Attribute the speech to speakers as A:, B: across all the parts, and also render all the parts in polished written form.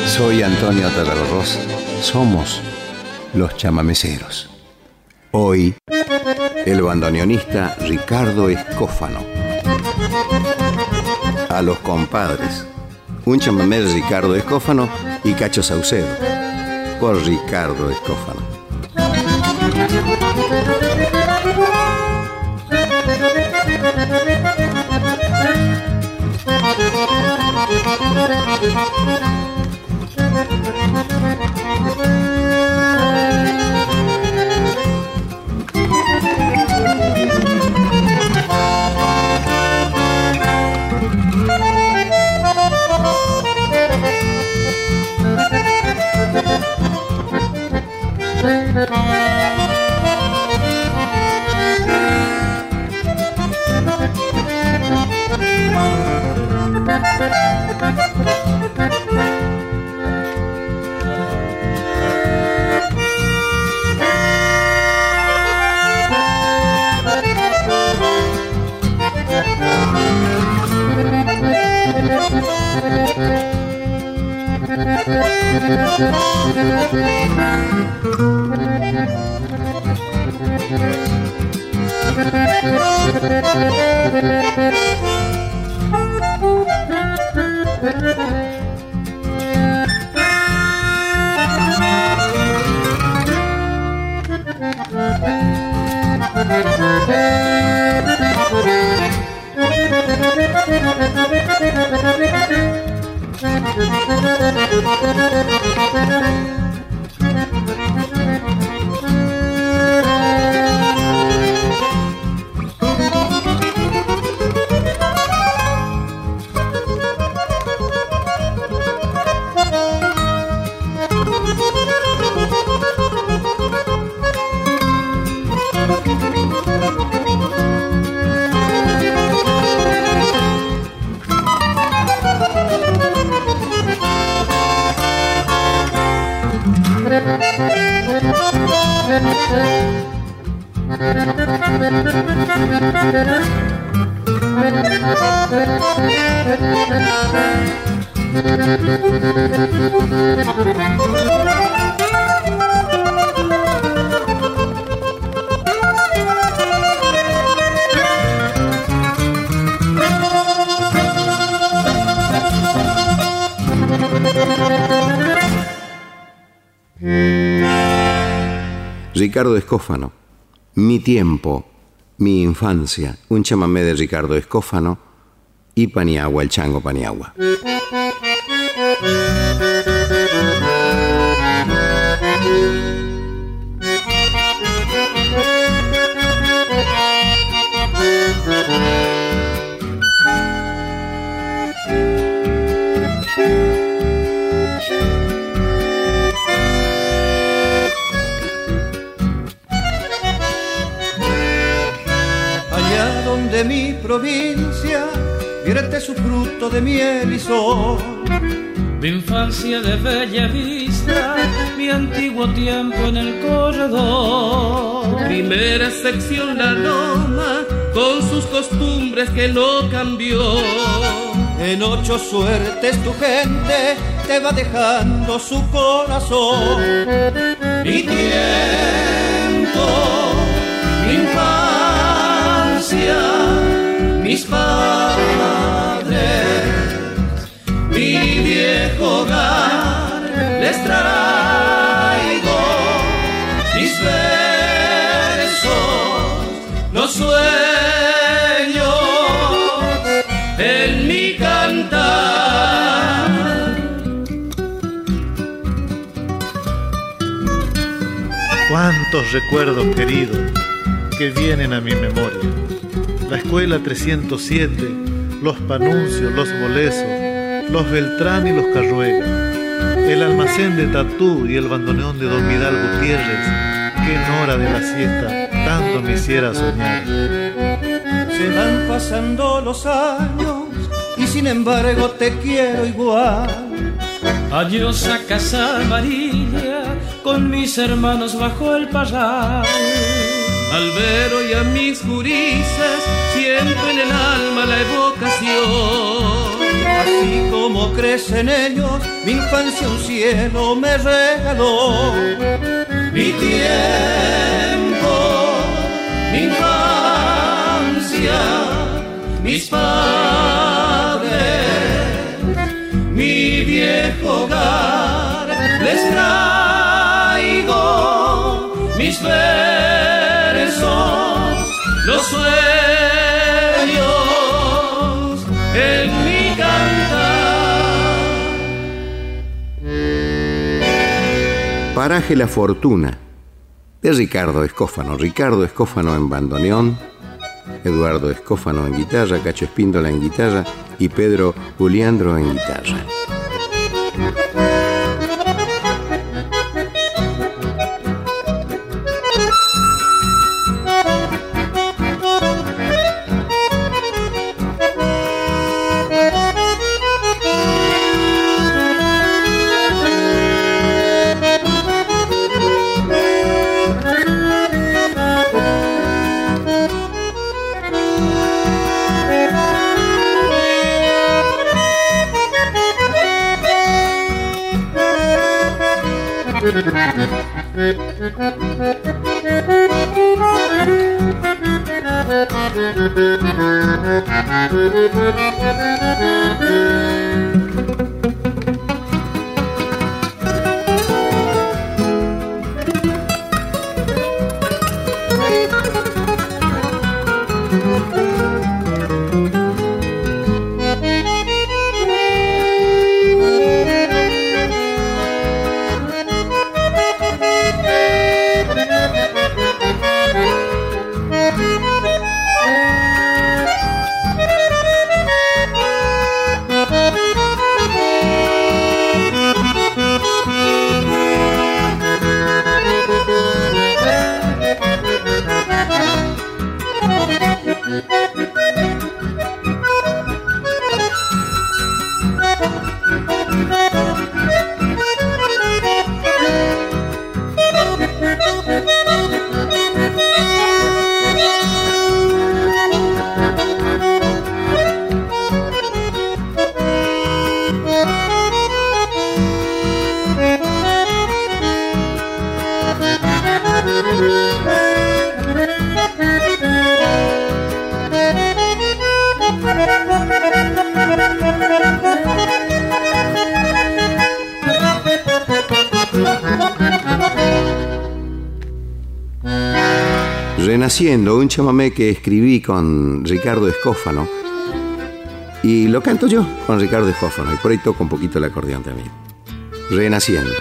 A: Soy Antonio Tarragorros. Somos los chamameceros. Hoy, el bandoneonista Ricardo Escófano. A los compadres. Un chamamé de Ricardo Escófano y Cacho Saucedo. Por Ricardo Escófano. Ricardo Escófano, Mi tiempo, mi infancia, un chamamé de Ricardo Escófano y Paniagua, el chango Paniagua.
B: De mi provincia vierte su fruto de miel y sol.
C: Mi infancia de bella vista, mi antiguo tiempo en el corredor.
D: Primera sección la loma, con sus costumbres que no cambió.
B: En 8 suertes tu gente te va dejando su corazón.
D: Mi tiempo, mi infancia, mis padres, mi viejo hogar, les traigo mis versos, los sueños en mi cantar.
E: Cuántos recuerdos queridos que vienen a mi memoria. La escuela 307, los Panuncios, los Bolesos, los Beltrán y los Carruega, el almacén de Tatú y el bandoneón de Don Vidal Gutiérrez, que en hora de la siesta tanto me hiciera soñar.
B: Se van pasando los años y sin embargo te quiero igual.
C: Adiós a Casa Amarilla, con mis hermanos bajo el parral.
D: Al Vero y a mis gurises siento en el alma la evocación.
B: Así como no crece en ellos, mi infancia un cielo me regaló. Mi tiempo, mi infancia, mis padres, mi viejo hogar, les traigo mis versos, los sueños en mi cantar.
A: Paraje La Fortuna, de Ricardo Escófano. Ricardo Escófano en bandoneón, Eduardo Escófano en guitarra, Cacho Espíndola en guitarra y Pedro Juliandro en guitarra. Renaciendo, un chamamé que escribí con Ricardo Escófano y lo canto yo con Ricardo Escófano y por ahí toco un poquito el acordeón también. Renaciendo.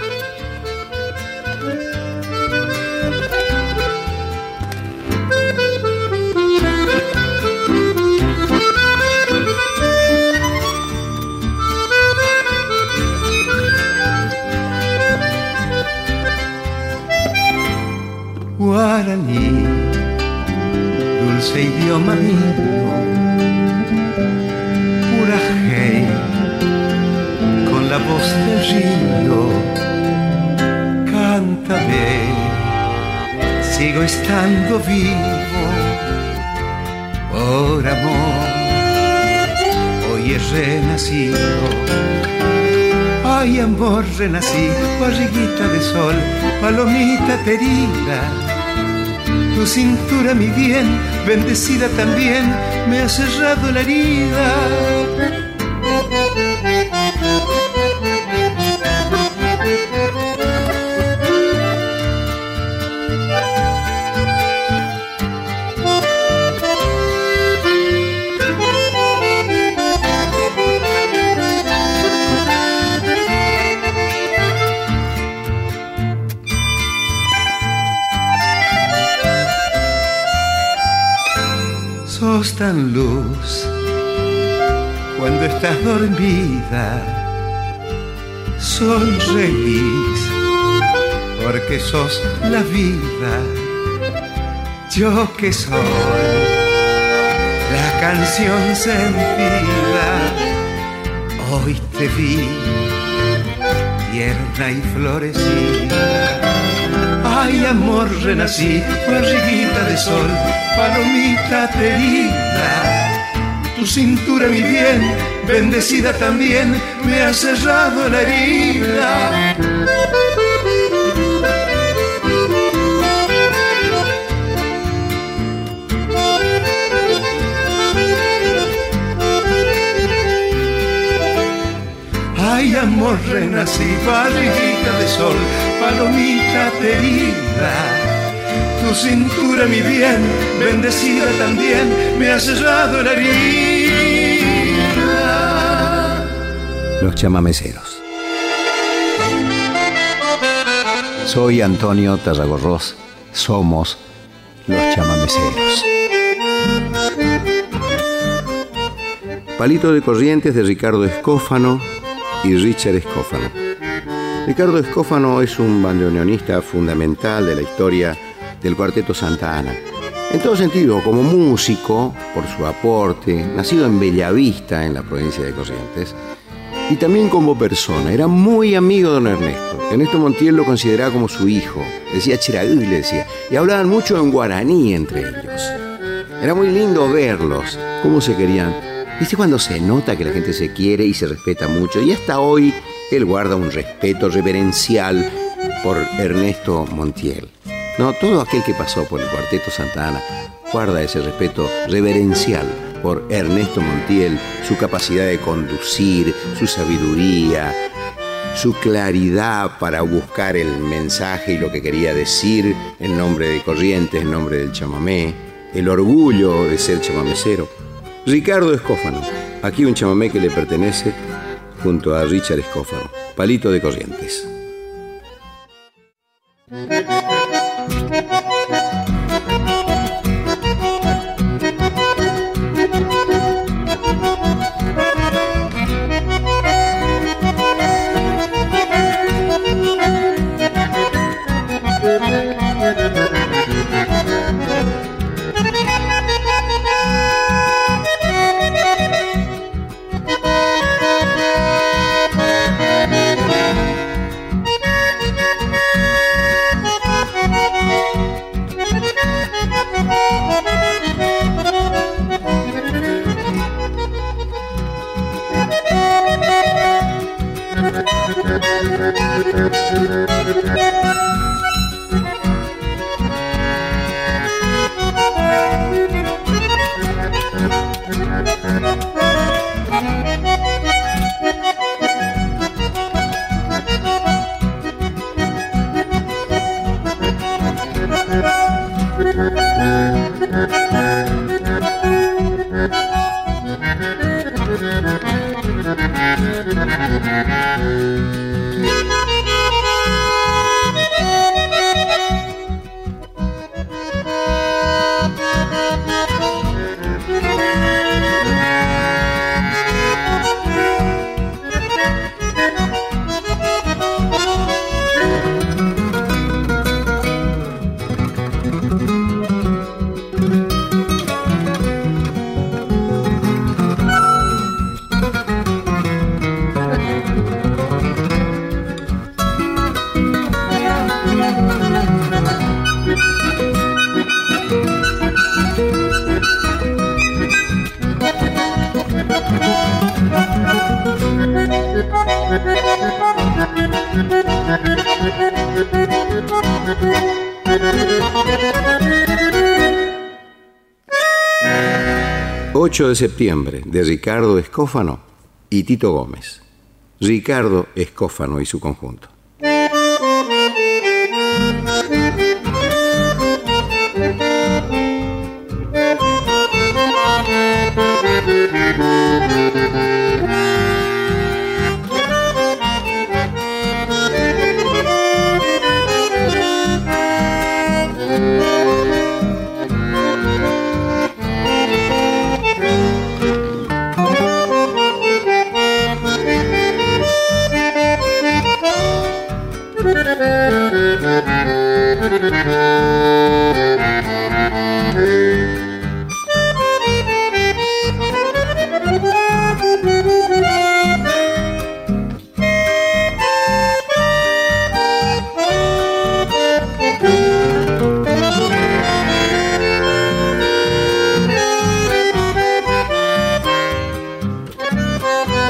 B: Guaraní, dulce idioma mío, pura hey, con la voz del río, cántame, sigo estando vivo, por amor, hoy he renacido. Ay, amor, renací, barriguita de sol, palomita querida. Tu cintura, mi bien, bendecida también, me ha cerrado la herida. Sos tan luz cuando estás dormida, sonreís porque sos la vida. Yo que soy la canción sentida, hoy te vi tierna y florecida. Ay, amor, renací, barriguita de sol, palomita querida. Tu cintura, mi bien, bendecida también, me ha cerrado la herida. Ay, amor renacido, barriguita de sol, palomita querida. Tu cintura, mi bien, bendecida también, me ha cerrado la herida.
A: Los chamameceros. Soy Antonio Tarragorros. Somos los chamameceros. Palito de Corrientes de Ricardo Escófano y Richard Escófano. Ricardo Escófano es un bandoneonista fundamental de la historia del Cuarteto Santa Ana. En todo sentido, como músico, por su aporte, nacido en Bellavista, en la provincia de Corrientes, y también como persona. Era muy amigo de don Ernesto. Ernesto Montiel lo consideraba como su hijo. Decía Chiragüí, le decía. Y hablaban mucho en guaraní entre ellos. Era muy lindo verlos, cómo se querían. ¿Viste cuando se nota que la gente se quiere y se respeta mucho? Y hasta hoy él guarda un respeto reverencial por Ernesto Montiel. No, todo aquel que pasó por el Cuarteto Santa Ana guarda ese respeto reverencial por Ernesto Montiel, su capacidad de conducir, su sabiduría, su claridad para buscar el mensaje y lo que quería decir en nombre de Corrientes, en nombre del chamamé, el orgullo de ser chamamecero. Ricardo Escófano, aquí un chamamé que le pertenece junto a Richard Escófano, Palito de Corrientes. ...8 de septiembre, de Ricardo Escófano y Tito Gómez. Ricardo Escófano y su conjunto.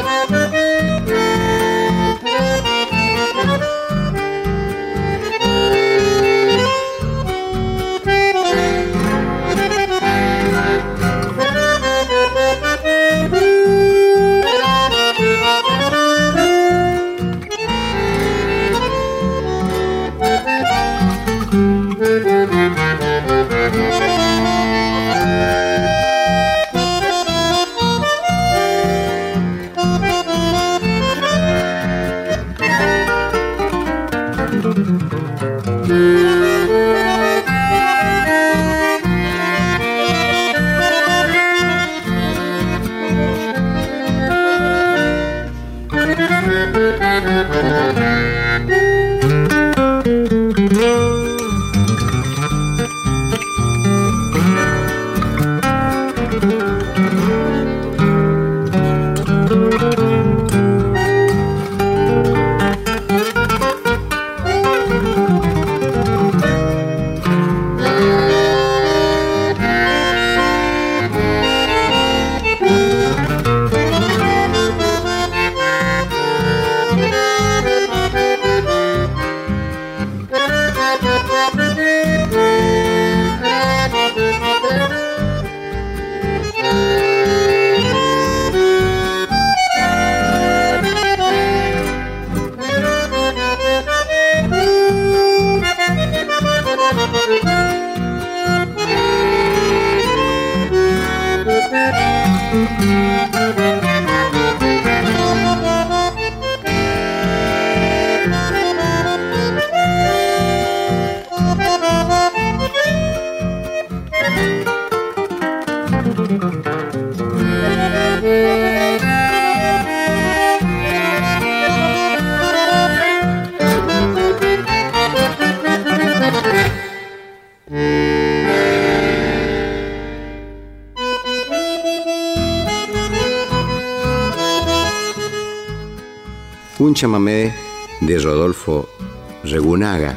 A: Un chamamé de Rodolfo Regunaga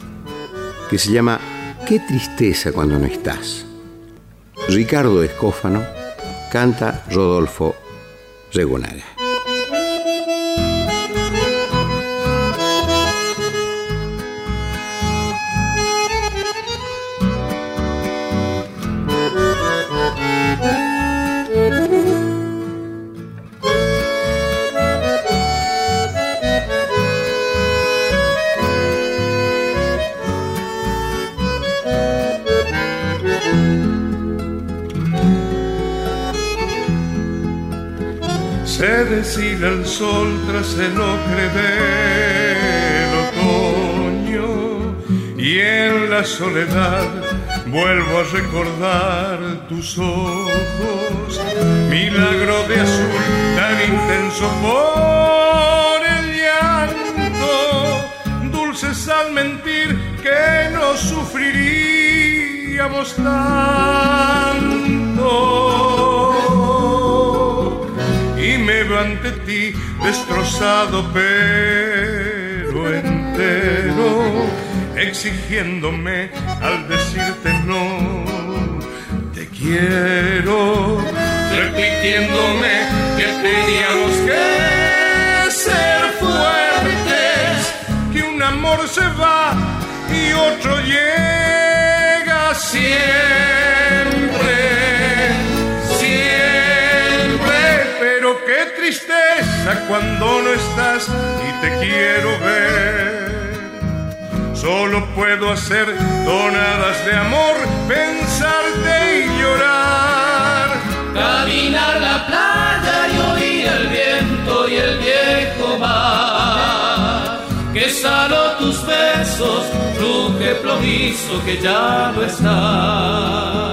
A: que se llama Qué tristeza cuando no estás. Ricardo Escófano canta Rodolfo Regunaga.
B: Se deshila el sol tras el ocre del otoño y en la soledad vuelvo a recordar tus ojos, milagro de azul tan intenso por el llanto, dulces al mentir que no sufriríamos tanto. Y me veo ante ti destrozado pero entero, exigiéndome al decirte no, te quiero, repitiéndome que teníamos que ser fuertes, que un amor se va y otro llega siempre, pero qué tristeza cuando no estás y te quiero ver. Solo puedo hacer tonadas de amor, pensarte y llorar.
C: Caminar la playa y oír el viento y el viejo mar. Que salo tus besos, ruge plomizo que ya no está.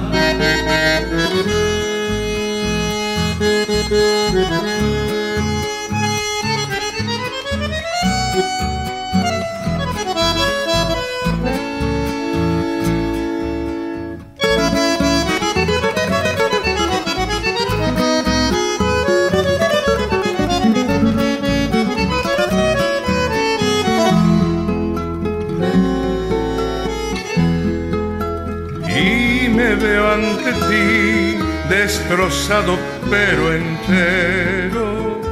B: Y me veo ante ti destrozado pero entero,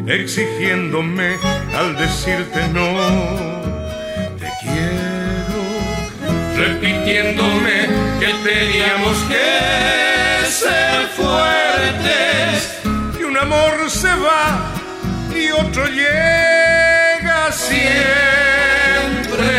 B: exigiéndome al decirte no. Te quiero, repitiéndome que teníamos que ser fuertes, que un amor se va y otro llega siempre,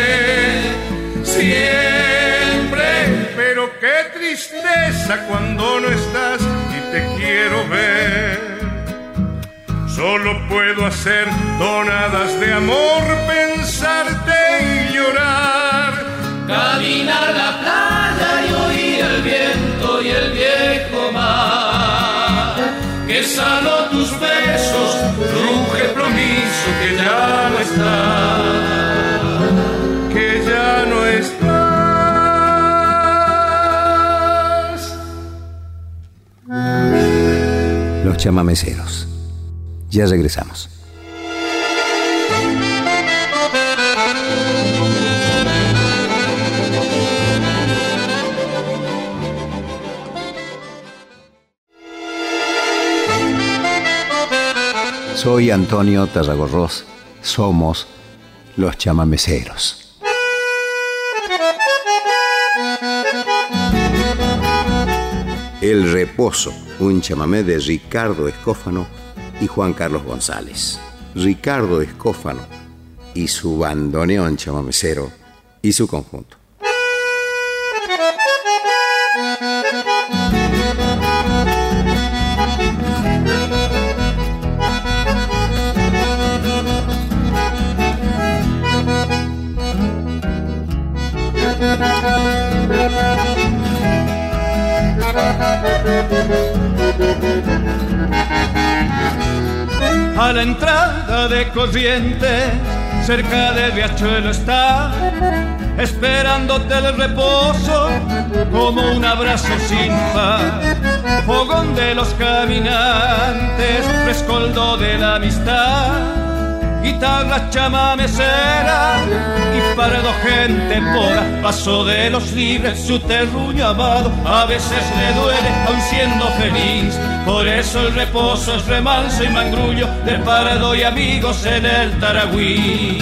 B: siempre. Pero qué tristeza cuando no estás y te quiero ver. Solo puedo hacer tonadas de amor, pensarte y llorar.
C: Caminar la playa y oír el viento y el viejo mar. Que sano tus besos, ruge promiso que ya no estás,
B: que ya no estás.
A: Los chamameceros. Ya regresamos. Soy Antonio Tarragorros. Somos los chamameceros. El Reposo, un chamamé de Ricardo Escófano y Juan Carlos González. Ricardo Escófano y su bandoneón chamamecero y su conjunto.
D: A la entrada de Corrientes, cerca del riachuelo está, esperándote el reposo como un abrazo sin par. Fogón de los caminantes, rescoldo de la amistad, guitarra chamamecera y parado gente pora. Paso de los libres, su terruño amado, a veces le duele aun siendo feliz. Por eso el reposo es remanso y mangrullo de parado y amigos en el Taragüí.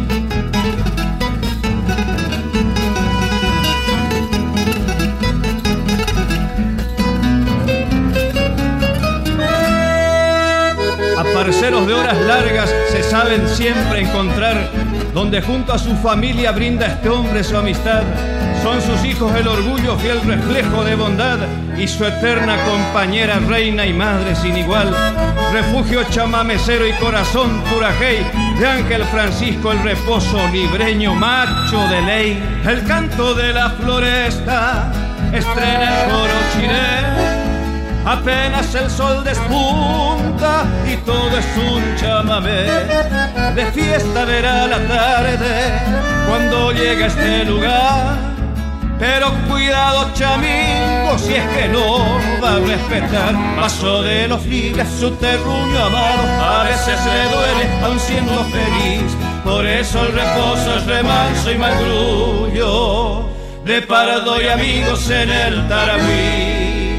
D: A parceros de horas largas se saben siempre encontrar, donde junto a su familia brinda este hombre su amistad. Son sus hijos el orgullo, fiel reflejo de bondad, y su eterna compañera, reina y madre sin igual. Refugio chamamecero y corazón purajey de Ángel Francisco el Reposo, libreño macho de ley. El canto de la floresta estrena el coro chileno. Apenas el sol despunta y todo es un chamamé. De fiesta verá la tarde cuando llega a este lugar. Pero cuidado chamigo, si es que no va a respetar. Paso de los libres, su terruño amado, a veces le duele aun siendo feliz. Por eso el reposo es remanso y mangrullo de parado y amigos en el Taragüí.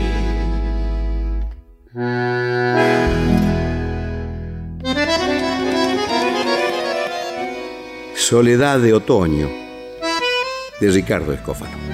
A: Soledad de otoño, de Ricardo Escófano.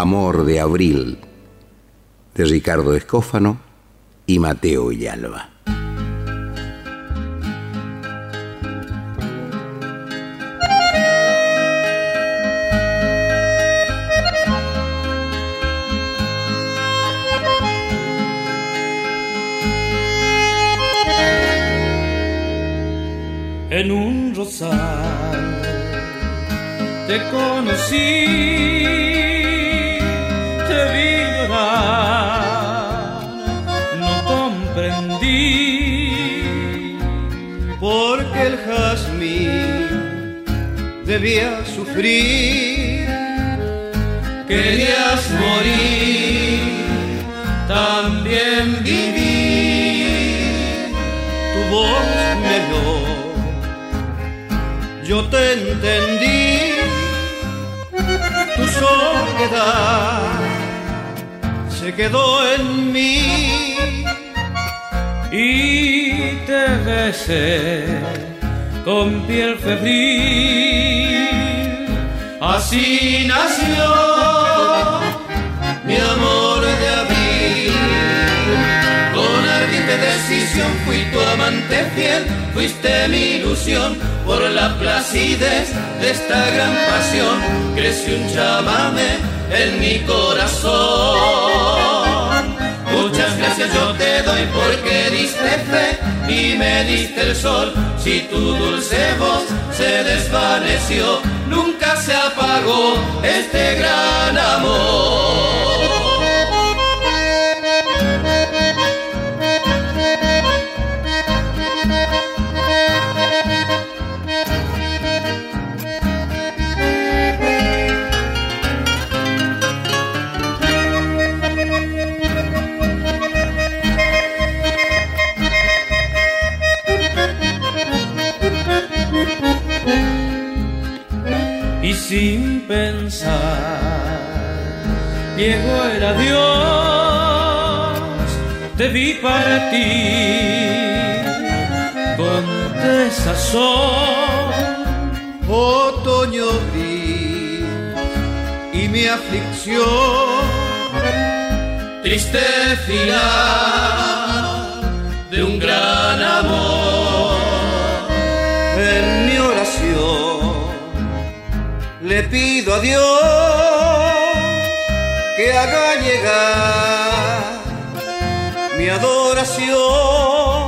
A: Amor de Abril, de Ricardo Escófano y Mateo Villalba.
C: En un rosal te conocí, te vi llorar, no comprendí porque el jazmín debía sufrir. Querías morir, también vivir, tu voz me dio. Yo te entendí, tu soledad se quedó en mí y te besé con piel febril. Así nació mi amor de abril. Con ardiente decisión fui tu amante fiel, fuiste mi ilusión. Por la placidez de esta gran pasión creció un chamamé en mi corazón. Muchas gracias yo te doy porque diste fe y me diste el sol. Si tu dulce voz se desvaneció, nunca se apagó este gran amor. Y sin pensar llegó el adiós, te vi partir con desazón. Otoño gris y mi aflicción, triste final de un gran amor. En mi oración le pido a Dios que haga llegar mi adoración.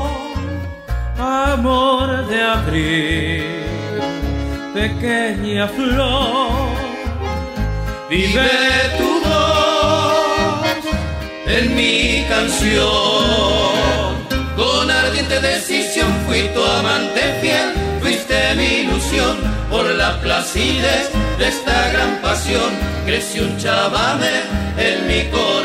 C: Amor de abril, pequeña flor, vive tu voz en mi canción. Con ardiente decisión fui tu amante fiel, fuiste mi ilusión. Por la placidez de esta gran pasión creció un chamamé en mi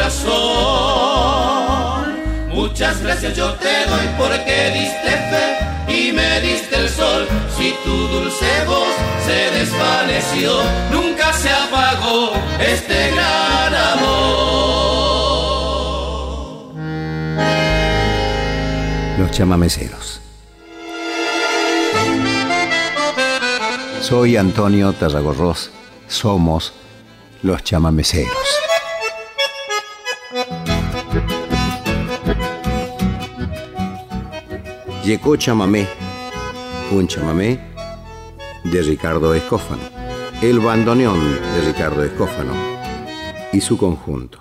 C: corazón. Muchas gracias yo te doy porque diste fe y me diste el sol. Si tu dulce voz se desvaneció, nunca se apagó este gran amor.
A: Los chamameceros. Soy Antonio Tarragorros, somos los chamameceros. Yecó chamamé, un chamamé de Ricardo Escófano, el bandoneón de Ricardo Escófano y su conjunto.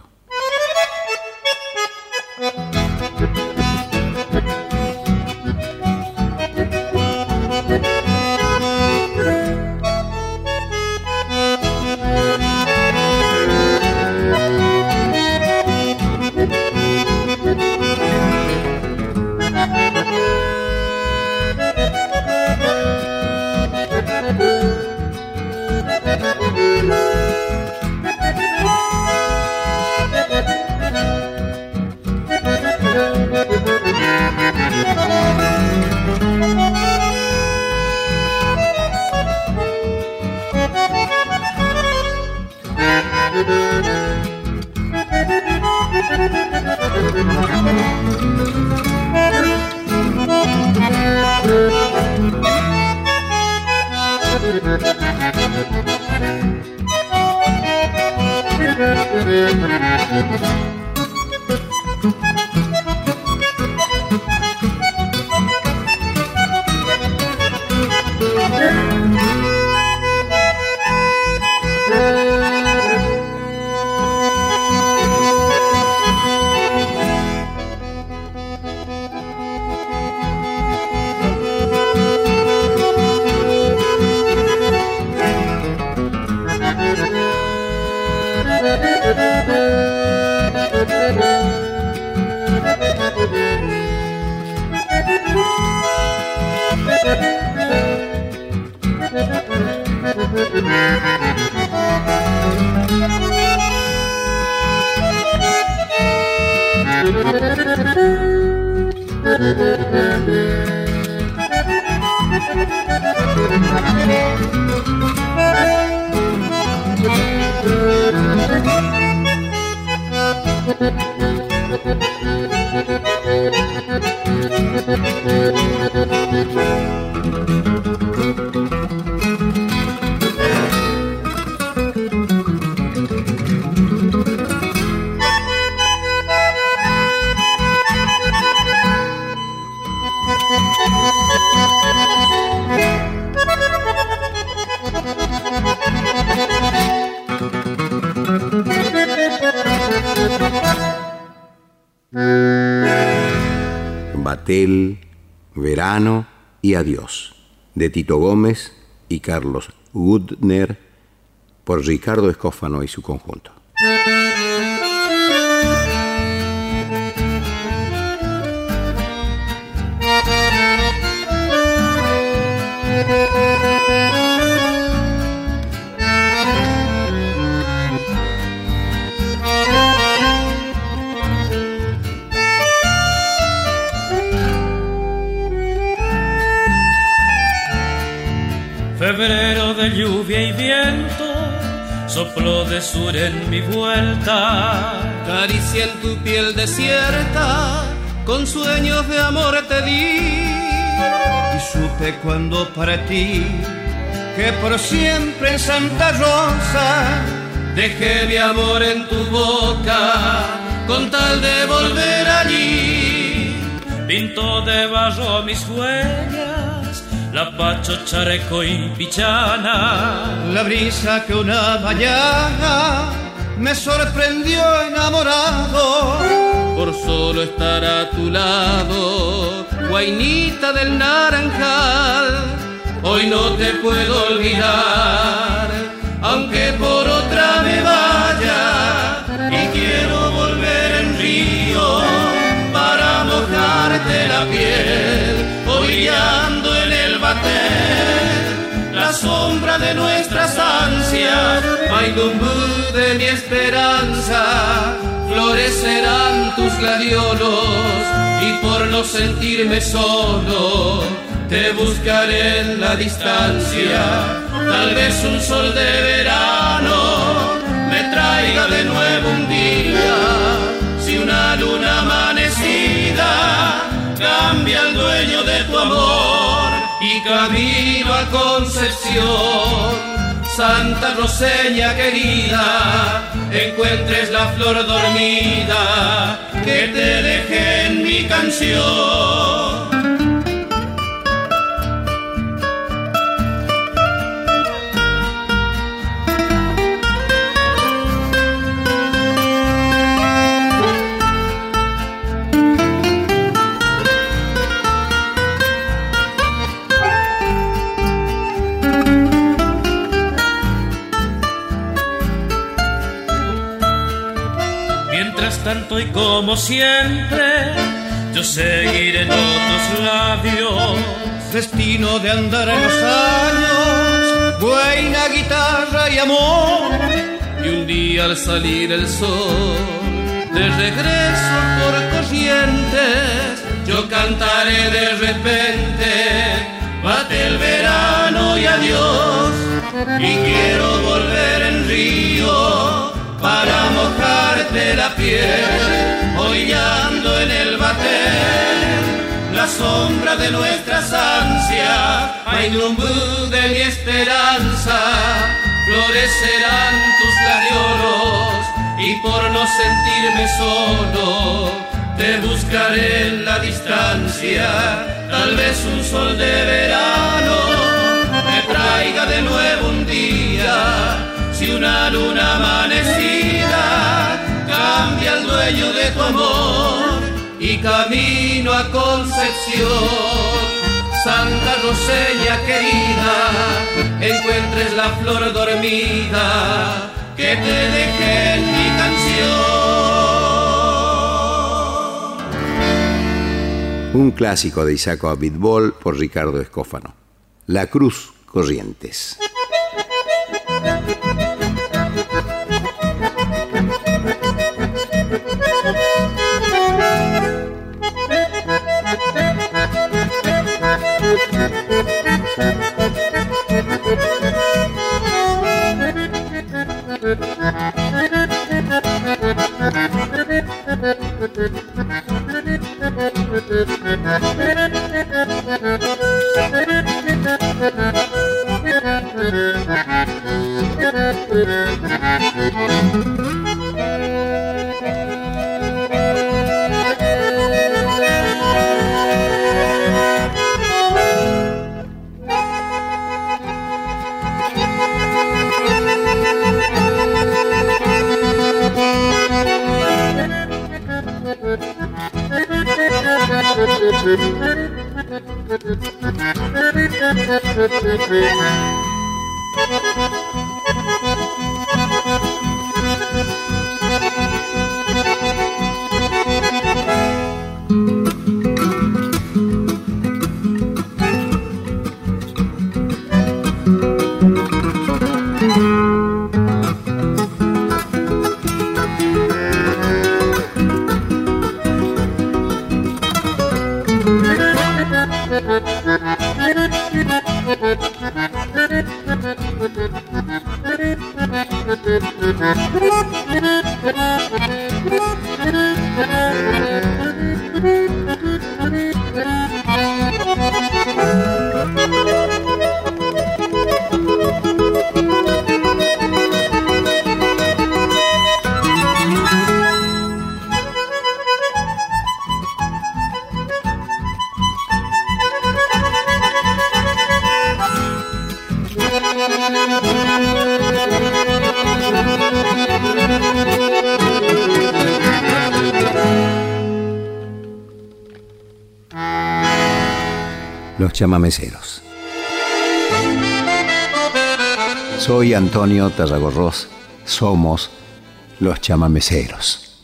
A: Batel, Verano y Adiós, de Tito Gómez y Carlos Gudner, por Ricardo Escófano y su conjunto.
C: Febrero de lluvia y viento sopló de sur en mi vuelta. Caricia en tu piel desierta, con sueños de amor te di.
D: Y supe cuando partí que por siempre en Santa Rosa
C: dejé mi amor en tu boca con tal de volver allí. Pintó de barro mis huellas la Pacho, Chareco y Pichana.
D: La brisa que una mañana me sorprendió enamorado
C: por solo estar a tu lado, guainita del Naranjal. Hoy no te puedo olvidar, aunque por otra me vaya, y quiero volver en río para mojarte la piel, orillando en el batel la sombra de nuestras ansias. Mailumbú de mi esperanza, florecerán tus gladiolos, y por no sentirme solo te buscaré en la distancia. Tal vez un sol de verano me traiga de nuevo un día, si una luna amanecida cambia al dueño de tu amor y camino a Concepción. Santa Roseña querida, encuentres la flor dormida que te dejé en mi canción. Tanto y como siempre, yo seguiré en otros labios.
D: Destino de andar en los años, buena guitarra y amor.
C: Y un día al salir el sol, de regreso por Corrientes, yo cantaré de repente, bate el verano y adiós. Y quiero volver en río para mojarte la piel, orillando en el batel la sombra de nuestras ansias. Mailumbú de mi esperanza, florecerán tus gladiolos, y por no sentirme solo, te buscaré en la distancia. Tal vez un sol de verano me traiga de nuevo un día. Si una luna amanecida cambia al dueño de tu amor y camino a Concepción, Santa Roseña querida, encuentres la flor dormida que te dejé en mi canción.
A: Un clásico de Isaac Abitbol por Ricardo Escófano. La Cruz Corrientes. Los chamameceros. Soy Antonio Tarragorros. Somos los chamameceros.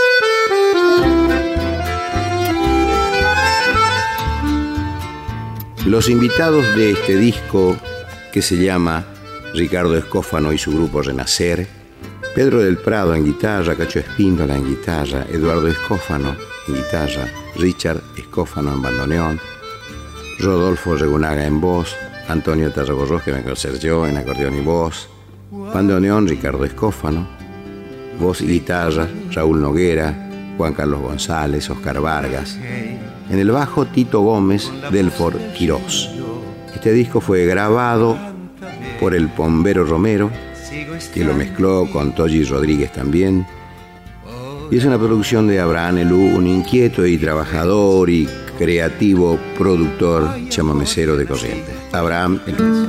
A: Los invitados de este disco, que se llama Ricardo Escófano y su grupo Renacer, Pedro del Prado en guitarra, Cacho Espíndola en guitarra, Eduardo Escófano en guitarra, Richard Escófano en bandoneón, Rodolfo Regunaga en voz, Antonio Tarragorros, que me acuerdo ser yo, en acordeón y voz, bandoneón Ricardo Escófano, voz y guitarra Raúl Noguera, Juan Carlos González, Oscar Vargas, en el bajo Tito Gómez, Delfor Quirós. Este disco fue grabado por el Pombero Romero, que lo mezcló con Toyi Rodríguez también, y es una producción de Abraham Elú, un inquieto y trabajador y creativo productor chamamecero de Corrientes. Abraham Elú.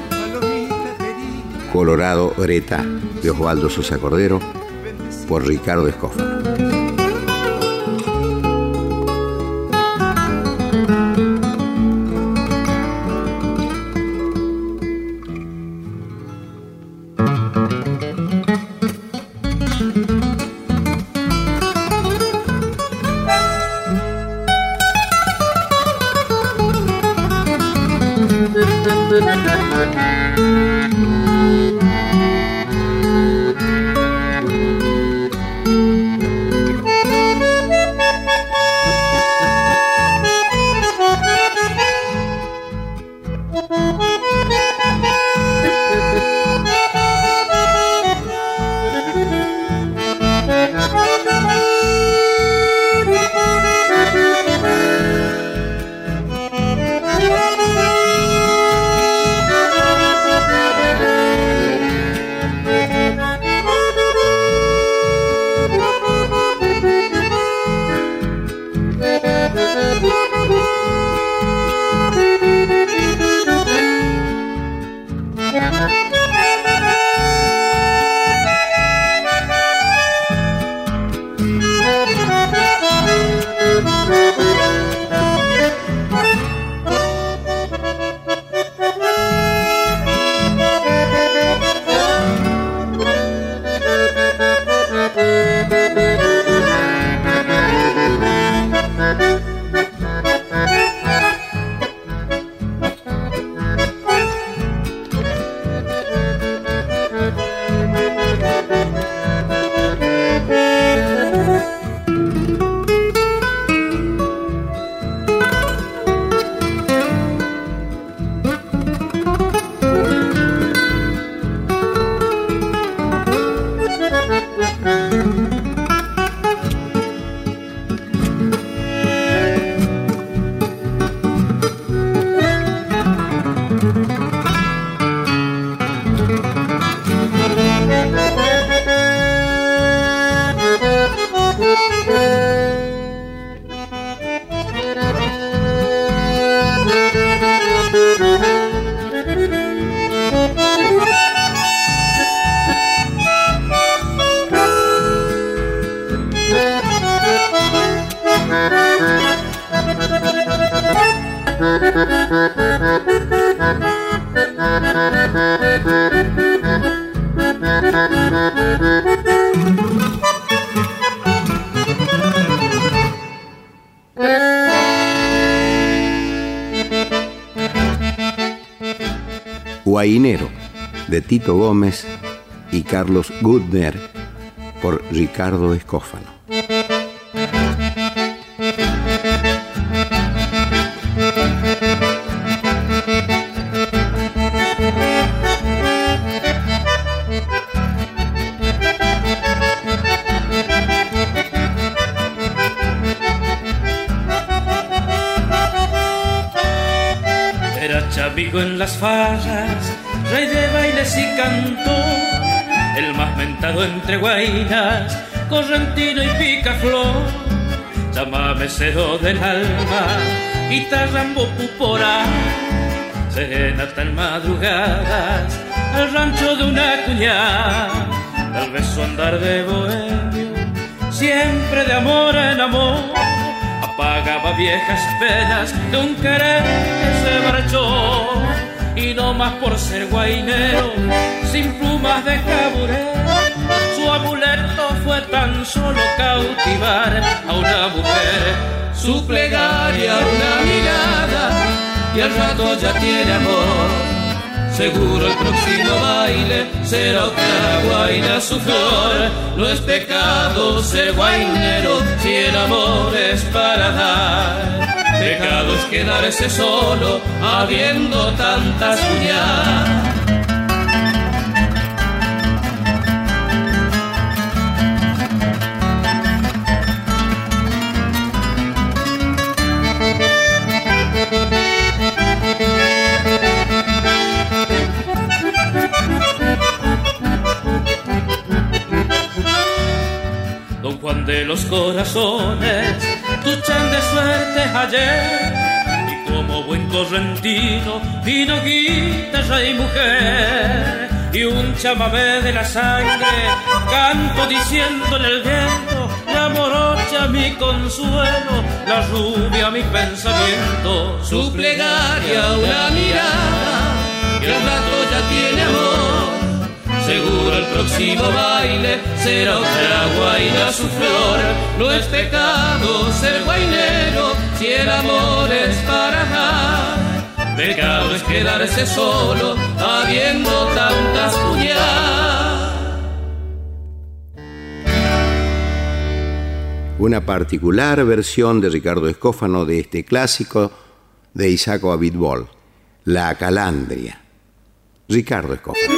A: Colorado Oreta, de Osvaldo Sosa Cordero, por Ricardo Escófano. Guainero, de Tito Gómez y Carlos Gutner, por Ricardo Escófano.
C: Chavigo en las farras, rey de bailes y cantó, el más mentado entre guainas, correntino y picaflor. Chamamecero del alma, guitarrambo pupora, serenata en madrugadas, al rancho de una cuñada, tal vez su andar de bohemio, siempre de amor en amor. Pagaba viejas penas de un querer que se marchó, y no más por ser guainero, sin plumas de caburé. Su amuleto fue tan solo cautivar a una mujer. Su plegaria una mirada, y al rato ya tiene amor. Seguro el próximo baile será otra guaina su flor. No es pecado ser guainero si el amor es para dar. Pecado es quedarse solo habiendo tantas cuñadas. Don Juan de los corazones, luchan de suerte ayer, y como buen correntino vino guitarra y mujer, y un chamamé de la sangre canto diciéndole al viento, la morocha mi consuelo, la rubia mi pensamiento. Su plegaria una mirada, y al rato ya tiene amor. Seguro el próximo baile será otra guaina su flor. No es pecado ser guainero si el amor es para dar. Pecado es quedarse solo habiendo tantas cuñadas.
A: Una particular versión de Ricardo Escófano de este clásico de Isaco Abitbol, La Calandria. Ricardo Escófano.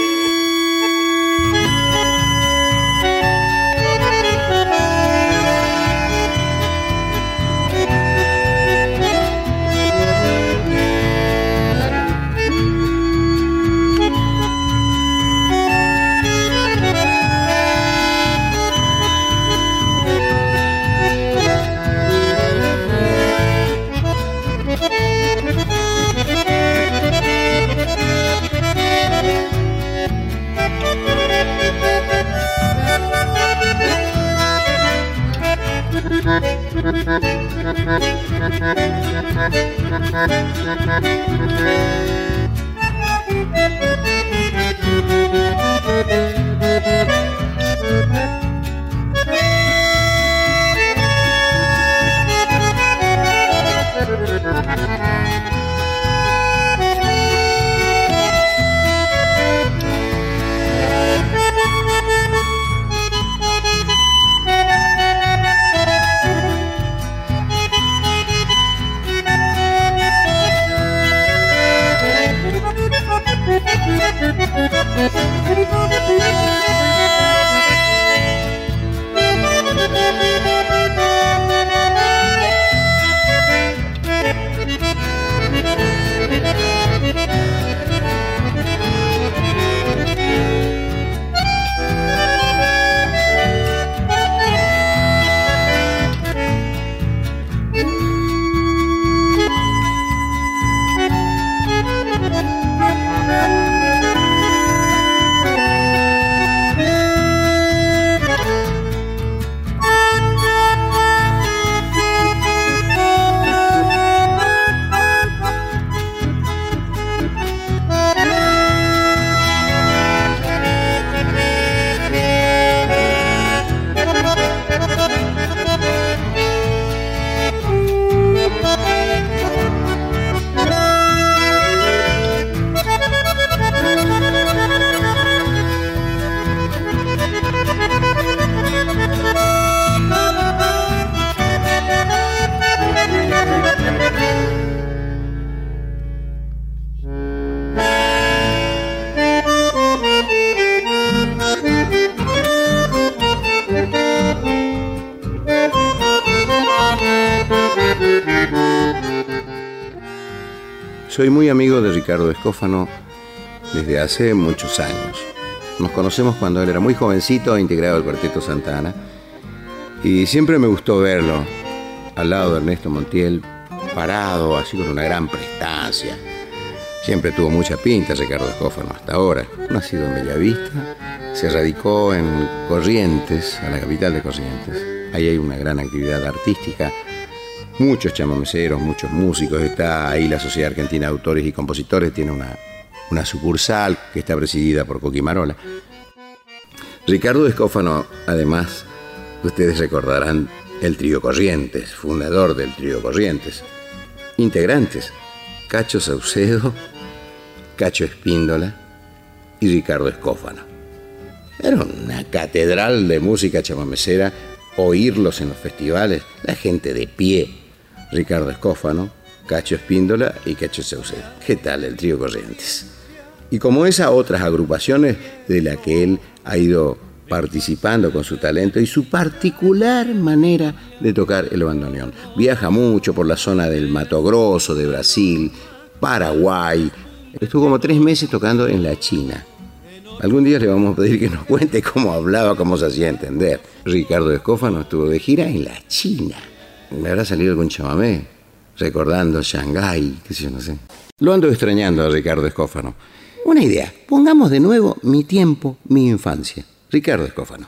A: Soy muy amigo de Ricardo Escófano desde hace muchos años. Nos conocemos cuando él era muy jovencito, integrado al Cuarteto Santa Ana, y siempre me gustó verlo al lado de Ernesto Montiel, parado, así con una gran prestancia. Siempre tuvo mucha pinta Ricardo Escófano hasta ahora. Nacido en Bellavista, se radicó en Corrientes, a la capital de Corrientes. Ahí hay una gran actividad artística, muchos chamameceros, muchos músicos. Está ahí la Sociedad Argentina de Autores y Compositores, tiene una sucursal que está presidida por Coqui Marola. Ricardo Escófano, además, ustedes recordarán el Trío Corrientes, fundador del Trío Corrientes. Integrantes: Cacho Saucedo, Cacho Espíndola y Ricardo Escófano. Era una catedral de música chamamecera, oírlos en los festivales, la gente de pie. Ricardo Escófano, Cacho Espíndola y Cacho Saucedo. ¿Qué tal el Trío Corrientes? Y como esas otras agrupaciones de las que él ha ido participando con su talento y su particular manera de tocar el bandoneón. Viaja mucho por la zona del Mato Grosso, de Brasil, Paraguay. Estuvo como 3 meses tocando en la China. Algún día le vamos a pedir que nos cuente cómo hablaba, cómo se hacía entender. Ricardo Escófano estuvo de gira en la China. Me habrá salido algún chamamé, recordando Shanghái, qué sé yo, no sé. Lo ando extrañando a Ricardo Escófano. Una idea, pongamos de nuevo Mi tiempo, mi infancia. Ricardo Escófano.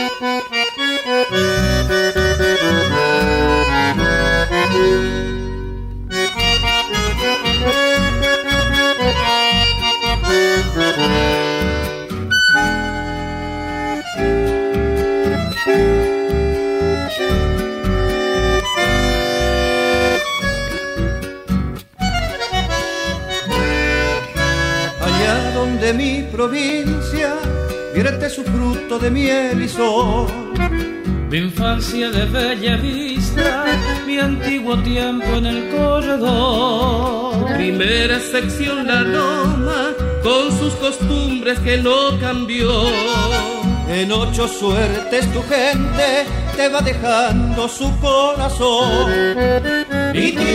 C: Allá donde mi provincia vierte su fruto de miel y sol, mi infancia de bella vista, mi antiguo tiempo en el corredor. Primera sección la loma, con sus costumbres que no cambió. En 8 suertes tu gente te va dejando su corazón. Mi tiempo,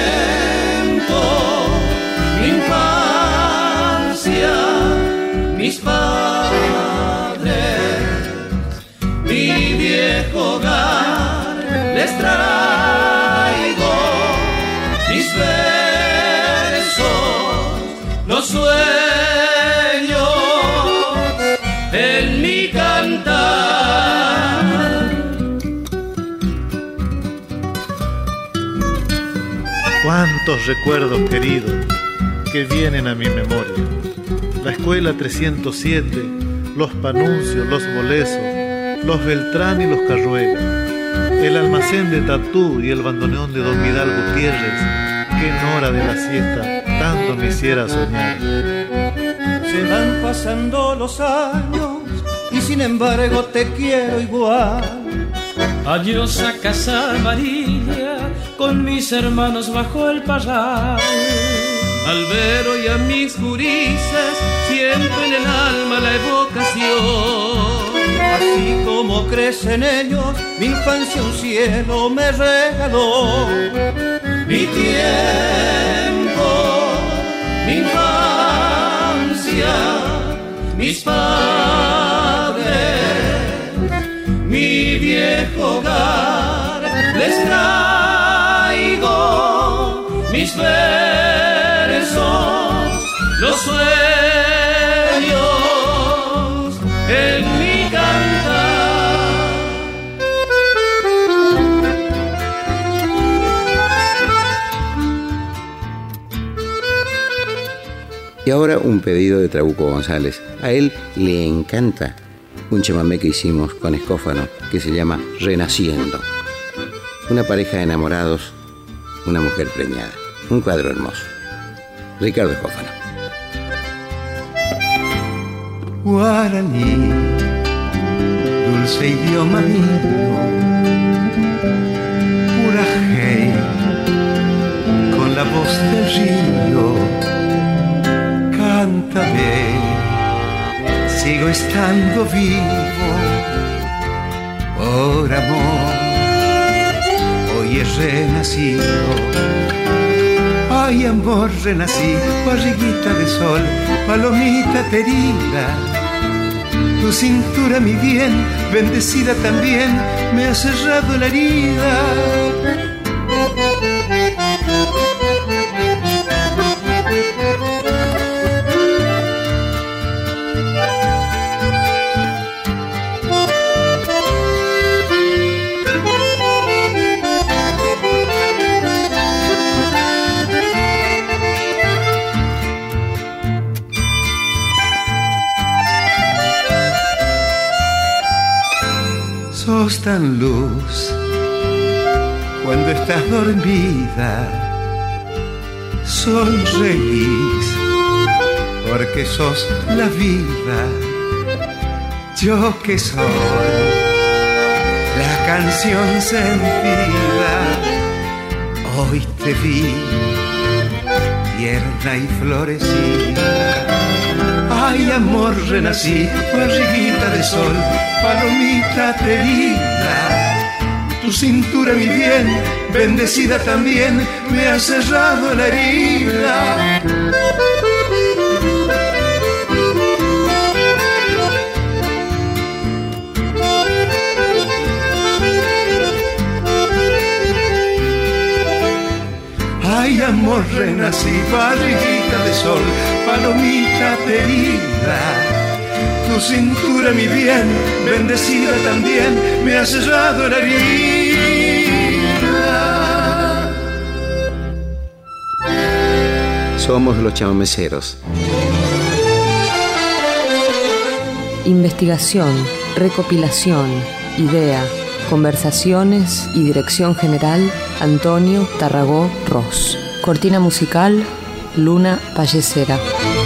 C: mi infancia, mis padres, mi viejo hogar, les traigo mis versos, los sueños en mi cantar.
E: Cuántos recuerdos queridos que vienen a mi memoria. La escuela 307, los Panuncios, los Bolesos, los Beltrán y los Carruega, el almacén de Tatú y el bandoneón de Don Vidal Gutiérrez, que en hora de la siesta tanto me hiciera soñar.
C: Se van pasando los años y sin embargo te quiero igual. Adiós a Casa Amarilla, con mis hermanos bajo el parral. Al Vero y a mis gurises, siempre en el alma la evocación. Así como crecen ellos, mi infancia un cielo me regaló. Mi tiempo, mi infancia, mis padres, mi viejo hogar, les traigo mis versos, los sueños en mi cantar.
A: Y ahora un pedido de Trabuco González. A él le encanta un chamamé que hicimos con Escófano que se llama Renaciendo. Una pareja de enamorados, una mujer preñada. Un cuadro hermoso. Ricardo Escófano.
B: Guaraní, dulce idioma mío, Urajei, con la voz del río, cántame, sigo estando vivo, por amor, hoy he renacido. Ay, amor, renací, barriguita de sol, palomita querida. Tu cintura, mi bien, bendecida también, me ha cerrado la herida. Sos tan luz cuando estás dormida, sonreís porque sos la vida. Yo que soy la canción sentida, hoy te vi tierna y florecida. Ay, amor, renací, barriguita de sol, palomita querida. Tu cintura, mi bien, bendecida también, me ha cerrado la herida. Ay, amor, renací, barriguita de sol, palomita querida. Tu cintura, mi bien, bendecida también, me ha cerrado la herida.
A: Somos los chamameceros.
F: Investigación, recopilación, idea, conversaciones y dirección general, Antonio Tarragó Ross. Cortina musical, Luna Pallecera.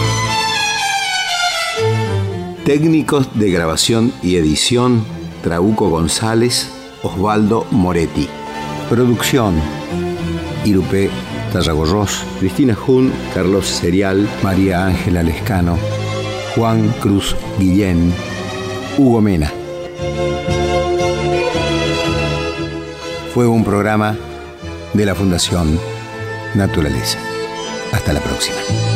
A: Técnicos de grabación y edición, Trauco González, Osvaldo Moretti. Producción, Irupé Tarragó Ross, Cristina Jun, Carlos Serial, María Ángela Lescano, Juan Cruz Guillén, Hugo Mena. Fue un programa de la Fundación Naturaleza. Hasta la próxima.